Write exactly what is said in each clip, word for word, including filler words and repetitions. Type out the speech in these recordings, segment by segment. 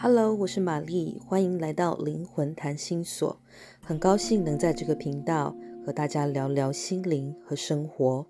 Hello， 我是玛丽，欢迎来到灵魂谈心所。很高兴能在这个频道和大家聊聊心灵和生活。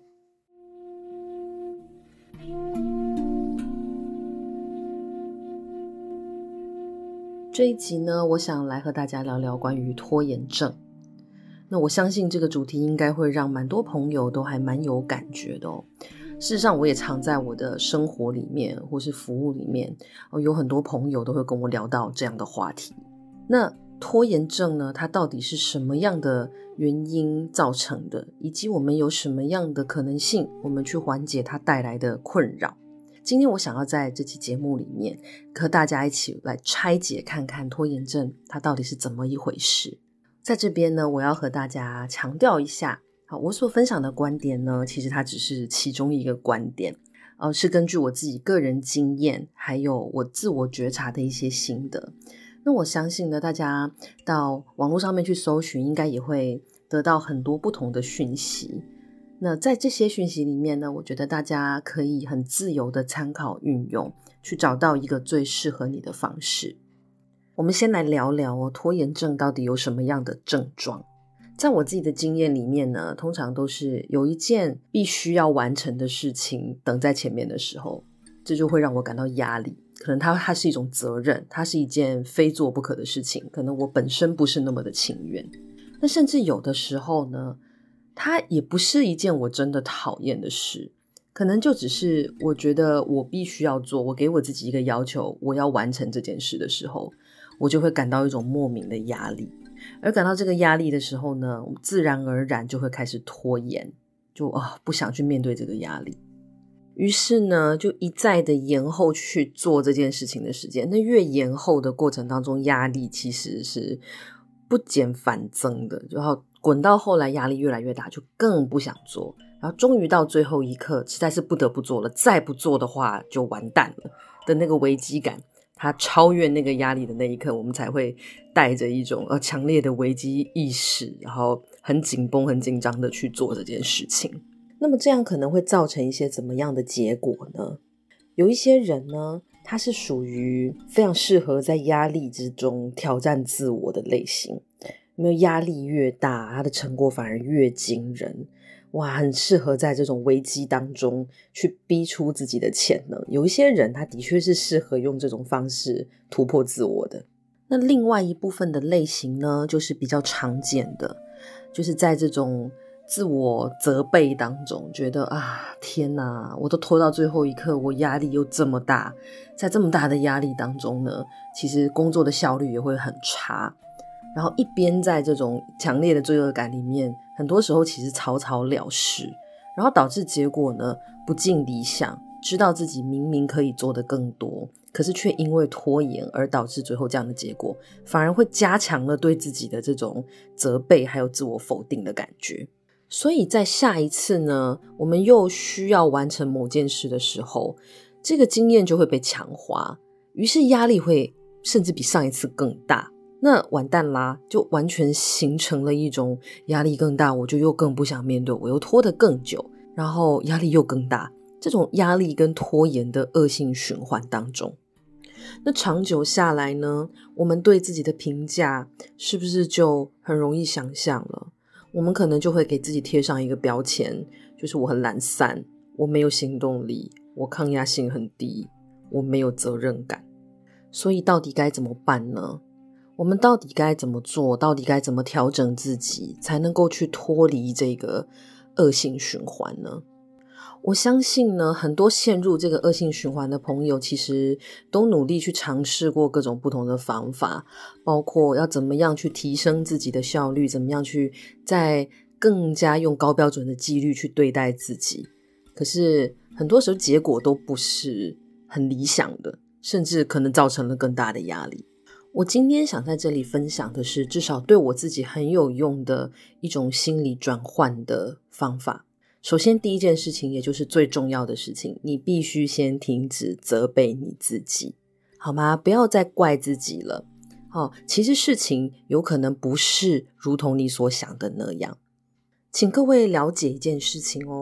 这一集呢，我想来和大家聊聊关于拖延症。那我相信这个主题应该会让蛮多朋友都还蛮有感觉的哦。事实上我也常在我的生活里面或是服务里面、哦、有很多朋友都会跟我聊到这样的话题。那拖延症呢，它到底是什么样的原因造成的，以及我们有什么样的可能性我们去缓解它带来的困扰。今天我想要在这期节目里面和大家一起来拆解看看拖延症它到底是怎么一回事。在这边呢，我要和大家强调一下，好，我所分享的观点呢，其实它只是其中一个观点，呃，是根据我自己个人经验，还有我自我觉察的一些心得。那我相信呢，大家到网络上面去搜寻，应该也会得到很多不同的讯息。那在这些讯息里面呢，我觉得大家可以很自由的参考运用，去找到一个最适合你的方式。我们先来聊聊哦，拖延症到底有什么样的症状。在我自己的经验里面呢，通常都是有一件必须要完成的事情等在前面的时候，这就会让我感到压力。可能它它是一种责任，它是一件非做不可的事情，可能我本身不是那么的情愿。那甚至有的时候呢，它也不是一件我真的讨厌的事，可能就只是我觉得我必须要做，我给我自己一个要求，我要完成这件事的时候，我就会感到一种莫名的压力。而感到这个压力的时候呢，我自然而然就会开始拖延，就啊不想去面对这个压力。于是呢，就一再的延后去做这件事情的时间。那越延后的过程当中，压力其实是不减反增的，然后滚到后来压力越来越大，就更不想做。然后终于到最后一刻，实在是不得不做了，再不做的话就完蛋了的那个危机感，它超越那个压力的那一刻，我们才会带着一种呃强烈的危机意识，然后很紧绷很紧张的去做这件事情。那么这样可能会造成一些怎么样的结果呢？有一些人呢，他是属于非常适合在压力之中挑战自我的类型，因为压力越大，他的成果反而越惊人。哇，很适合在这种危机当中去逼出自己的潜能。有一些人他的确是适合用这种方式突破自我的。那另外一部分的类型呢，就是比较常见的，就是在这种自我责备当中，觉得啊，天哪，我都拖到最后一刻，我压力又这么大，在这么大的压力当中呢，其实工作的效率也会很差。然后一边在这种强烈的罪恶感里面，很多时候其实草草了事，然后导致结果呢不尽理想，知道自己明明可以做得更多，可是却因为拖延而导致最后这样的结果，反而会加强了对自己的这种责备还有自我否定的感觉。所以在下一次呢，我们又需要完成某件事的时候，这个经验就会被强化，于是压力会甚至比上一次更大。那完蛋啦，就完全形成了一种压力更大，我就又更不想面对，我又拖得更久，然后压力又更大，这种压力跟拖延的恶性循环当中。那长久下来呢，我们对自己的评价是不是就很容易想象了？我们可能就会给自己贴上一个标签，就是我很懒散，我没有行动力，我抗压性很低，我没有责任感。所以到底该怎么办呢？我们到底该怎么做，到底该怎么调整自己，才能够去脱离这个恶性循环呢？我相信呢，很多陷入这个恶性循环的朋友，其实都努力去尝试过各种不同的方法，包括要怎么样去提升自己的效率，怎么样去在更加用高标准的纪律去对待自己。可是很多时候结果都不是很理想的，甚至可能造成了更大的压力。我今天想在这里分享的是，至少对我自己很有用的一种心理转换的方法。首先第一件事情，也就是最重要的事情，你必须先停止责备你自己，好吗？不要再怪自己了。哦，其实事情有可能不是如同你所想的那样。请各位了解一件事情哦，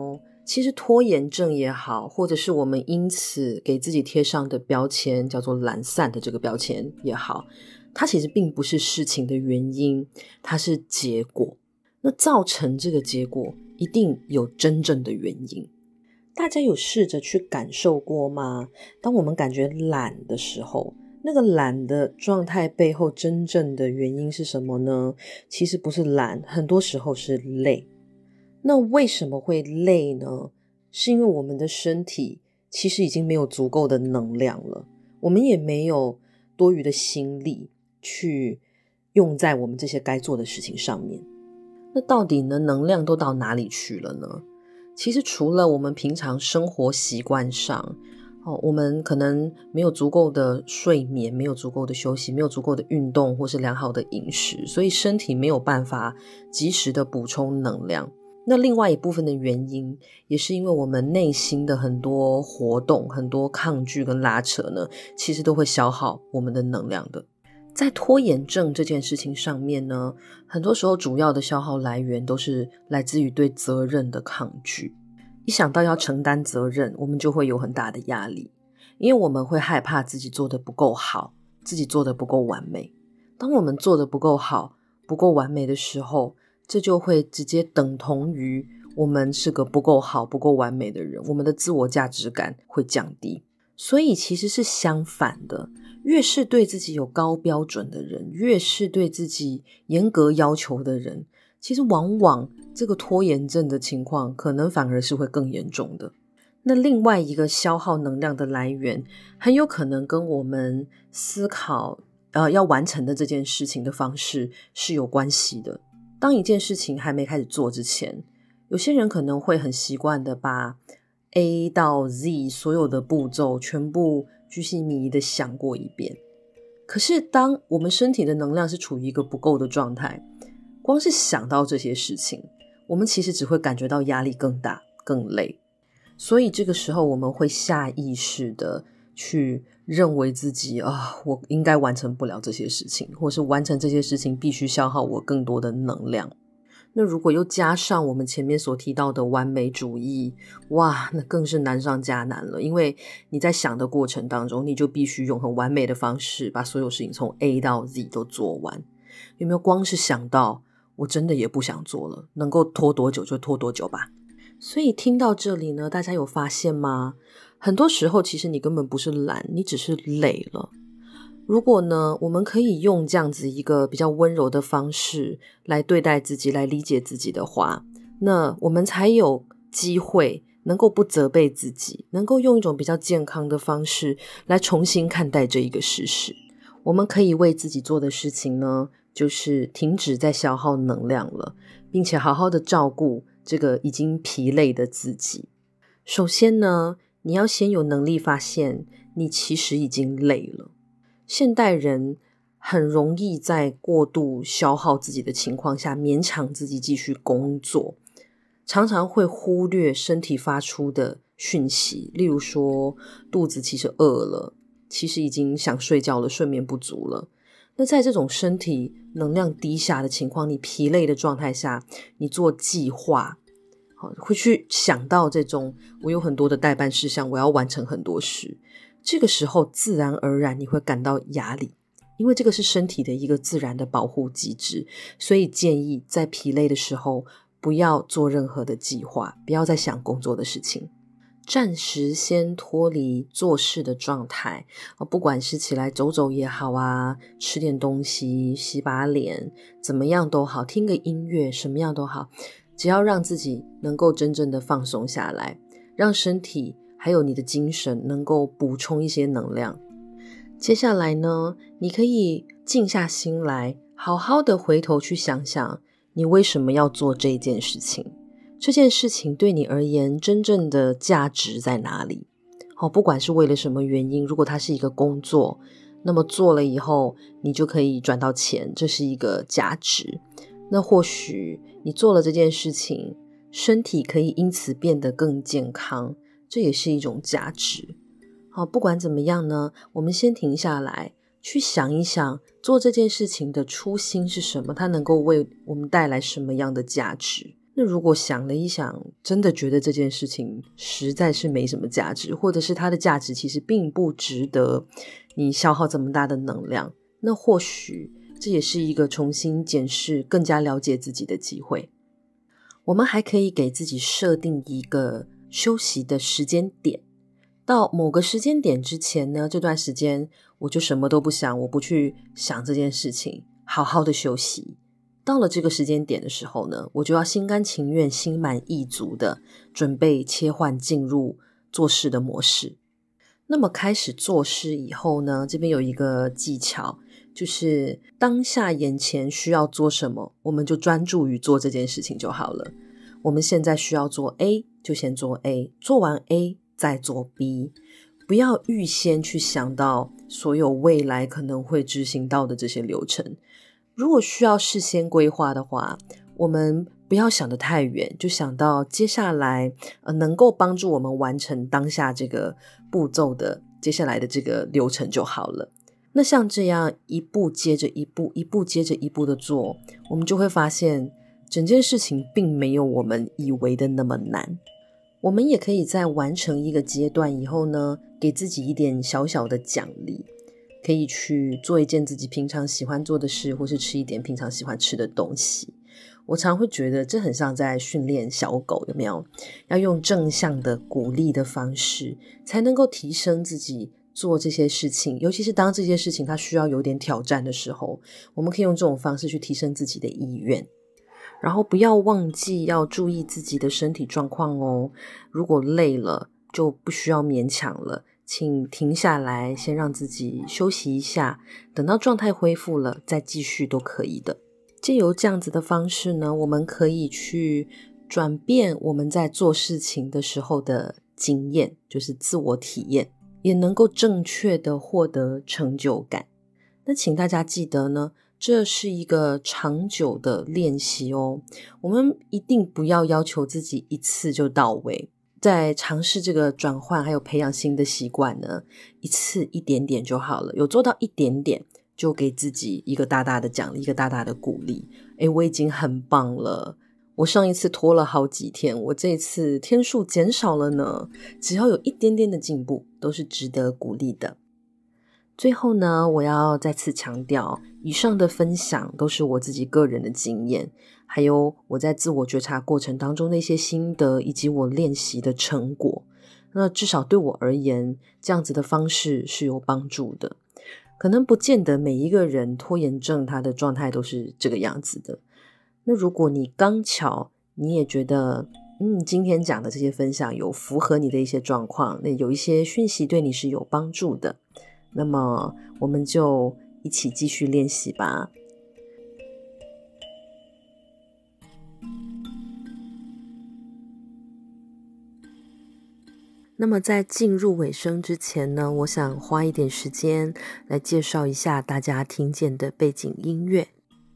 其实拖延症也好，或者是我们因此给自己贴上的标签叫做懒散的这个标签也好，它其实并不是事情的原因，它是结果。那造成这个结果一定有真正的原因。大家有试着去感受过吗？当我们感觉懒的时候，那个懒的状态背后真正的原因是什么呢？其实不是懒，很多时候是累。那为什么会累呢？是因为我们的身体其实已经没有足够的能量了，我们也没有多余的心力去用在我们这些该做的事情上面。那到底呢，能量都到哪里去了呢？其实除了我们平常生活习惯上，哦，我们可能没有足够的睡眠，没有足够的休息，没有足够的运动或是良好的饮食，所以身体没有办法及时的补充能量。那另外一部分的原因也是因为我们内心的很多活动，很多抗拒跟拉扯呢，其实都会消耗我们的能量的。在拖延症这件事情上面呢，很多时候主要的消耗来源都是来自于对责任的抗拒。一想到要承担责任，我们就会有很大的压力，因为我们会害怕自己做得不够好，自己做得不够完美。当我们做得不够好，不够完美的时候，这就会直接等同于我们是个不够好、不够完美的人，我们的自我价值感会降低。所以其实是相反的，越是对自己有高标准的人，越是对自己严格要求的人，其实往往这个拖延症的情况可能反而是会更严重的。那另外一个消耗能量的来源，很有可能跟我们思考呃要完成的这件事情的方式是有关系的。当一件事情还没开始做之前，有些人可能会很习惯的把 A 到 Z 所有的步骤全部鉅细靡遗的想过一遍。可是当我们身体的能量是处于一个不够的状态，光是想到这些事情，我们其实只会感觉到压力更大更累。所以这个时候我们会下意识的去认为自己啊，我应该完成不了这些事情，或是完成这些事情必须消耗我更多的能量。那如果又加上我们前面所提到的完美主义，哇，那更是难上加难了。因为你在想的过程当中，你就必须用很完美的方式把所有事情从 A 到 Z 都做完。有没有光是想到我真的也不想做了，能够拖多久就拖多久吧。所以听到这里呢，大家有发现吗？很多时候其实你根本不是懒，你只是累了。如果呢，我们可以用这样子一个比较温柔的方式来对待自己，来理解自己的话，那我们才有机会能够不责备自己，能够用一种比较健康的方式来重新看待这一个事实。我们可以为自己做的事情呢，就是停止再消耗能量了，并且好好的照顾这个已经疲累的自己。首先呢，你要先有能力发现你其实已经累了。现代人很容易在过度消耗自己的情况下勉强自己继续工作，常常会忽略身体发出的讯息，例如说肚子其实饿了，其实已经想睡觉了，睡眠不足了。那在这种身体能量低下的情况，你疲累的状态下，你做计划会去想到这种我有很多的待办事项，我要完成很多事，这个时候自然而然你会感到压力，因为这个是身体的一个自然的保护机制。所以建议在疲累的时候不要做任何的计划，不要再想工作的事情，暂时先脱离做事的状态，不管是起来走走也好啊，吃点东西，洗把脸，怎么样都好，听个音乐，什么样都好，只要让自己能够真正的放松下来，让身体还有你的精神能够补充一些能量。接下来呢，你可以静下心来，好好的回头去想想你为什么要做这件事情，这件事情对你而言真正的价值在哪里。好，不管是为了什么原因，如果它是一个工作，那么做了以后你就可以赚到钱，这是一个价值。那或许你做了这件事情，身体可以因此变得更健康，这也是一种价值。好，不管怎么样呢，我们先停下来去想一想，做这件事情的初心是什么，它能够为我们带来什么样的价值。 那如果想了一想，真的觉得这件事情实在是没什么价值，或者是它的价值其实并不值得你消耗这么大的能量，那或许这也是一个重新检视、更加了解自己的机会。我们还可以给自己设定一个休息的时间点，到某个时间点之前呢，这段时间我就什么都不想，我不去想这件事情，好好的休息。到了这个时间点的时候呢，我就要心甘情愿、心满意足的准备切换进入做事的模式。那么开始做事以后呢，这边有一个技巧，就是当下眼前需要做什么，我们就专注于做这件事情就好了。我们现在需要做 A， 就先做 A， 做完 A 再做 B， 不要预先去想到所有未来可能会执行到的这些流程。如果需要事先规划的话，我们不要想得太远，就想到接下来呃能够帮助我们完成当下这个步骤的接下来的这个流程就好了。那像这样一步接着一步，一步接着一步的做，我们就会发现整件事情并没有我们以为的那么难。我们也可以在完成一个阶段以后呢，给自己一点小小的奖励，可以去做一件自己平常喜欢做的事，或是吃一点平常喜欢吃的东西。我常会觉得这很像在训练小狗，有没有？要用正向的鼓励的方式，才能够提升自己做这些事情，尤其是当这些事情它需要有点挑战的时候，我们可以用这种方式去提升自己的意愿。然后不要忘记要注意自己的身体状况哦，如果累了就不需要勉强了，请停下来，先让自己休息一下，等到状态恢复了再继续都可以的。藉由这样子的方式呢，我们可以去转变我们在做事情的时候的经验，就是自我体验，也能够正确的获得成就感。那请大家记得呢，这是一个长久的练习哦，我们一定不要要求自己一次就到位。在尝试这个转换还有培养新的习惯呢，一次一点点就好了，有做到一点点就给自己一个大大的奖励，一个大大的鼓励。诶，我已经很棒了，我上一次拖了好几天，我这次天数减少了呢，只要有一点点的进步都是值得鼓励的。最后呢，我要再次强调，以上的分享都是我自己个人的经验，还有我在自我觉察过程当中的一些心得，以及我练习的成果。那至少对我而言，这样子的方式是有帮助的。可能不见得每一个人拖延症他的状态都是这个样子的。那如果你刚巧你也觉得嗯，今天讲的这些分享有符合你的一些状况，那有一些讯息对你是有帮助的，那么我们就一起继续练习吧。那么在进入尾声之前呢，我想花一点时间来介绍一下大家听见的背景音乐。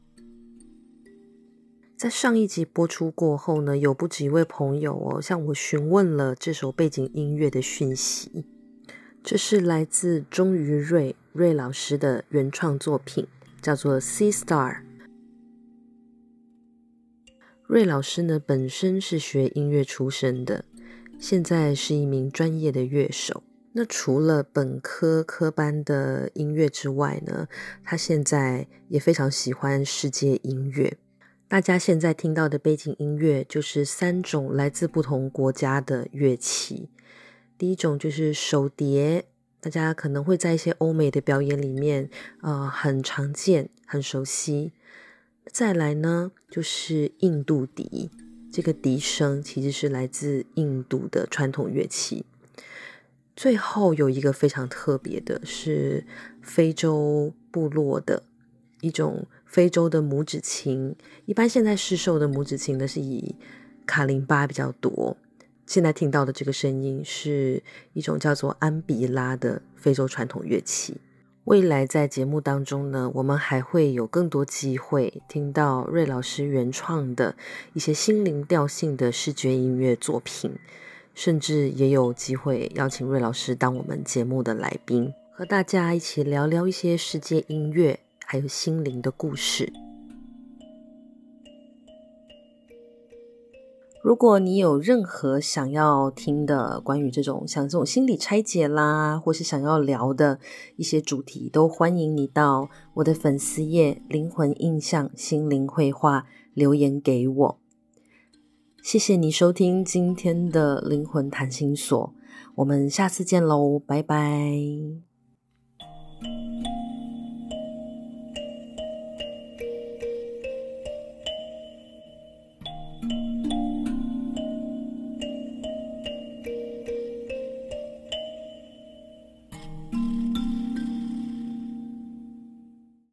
在上一集播出过后呢，有不止一位朋友哦向我询问了这首背景音乐的讯息。这是来自钟于瑞瑞老师的原创作品，叫做 Sea Star。 瑞老师呢本身是学音乐出身的，现在是一名专业的乐手。那除了本科科班的音乐之外呢，他现在也非常喜欢世界音乐。大家现在听到的背景音乐就是三种来自不同国家的乐器。第一种就是手碟，大家可能会在一些欧美的表演里面呃，很常见很熟悉。再来呢就是印度笛，这个笛声其实是来自印度的传统乐器。最后有一个非常特别的是非洲部落的一种非洲的拇指琴，一般现在市售的拇指琴呢是以卡林巴比较多，现在听到的这个声音是一种叫做安比拉的非洲传统乐器。未来在节目当中呢，我们还会有更多机会听到瑞老师原创的一些心灵调性的视觉音乐作品，甚至也有机会邀请瑞老师当我们节目的来宾，和大家一起聊聊一些世界音乐还有心灵的故事。 如果你有任何想要听的关于这种像这种心理拆解啦，或是想要聊的一些主题，都欢迎你到我的粉丝页灵魂印象心灵绘画留言给我。谢谢你收听今天的灵魂谈心所，我们下次见喽，拜拜。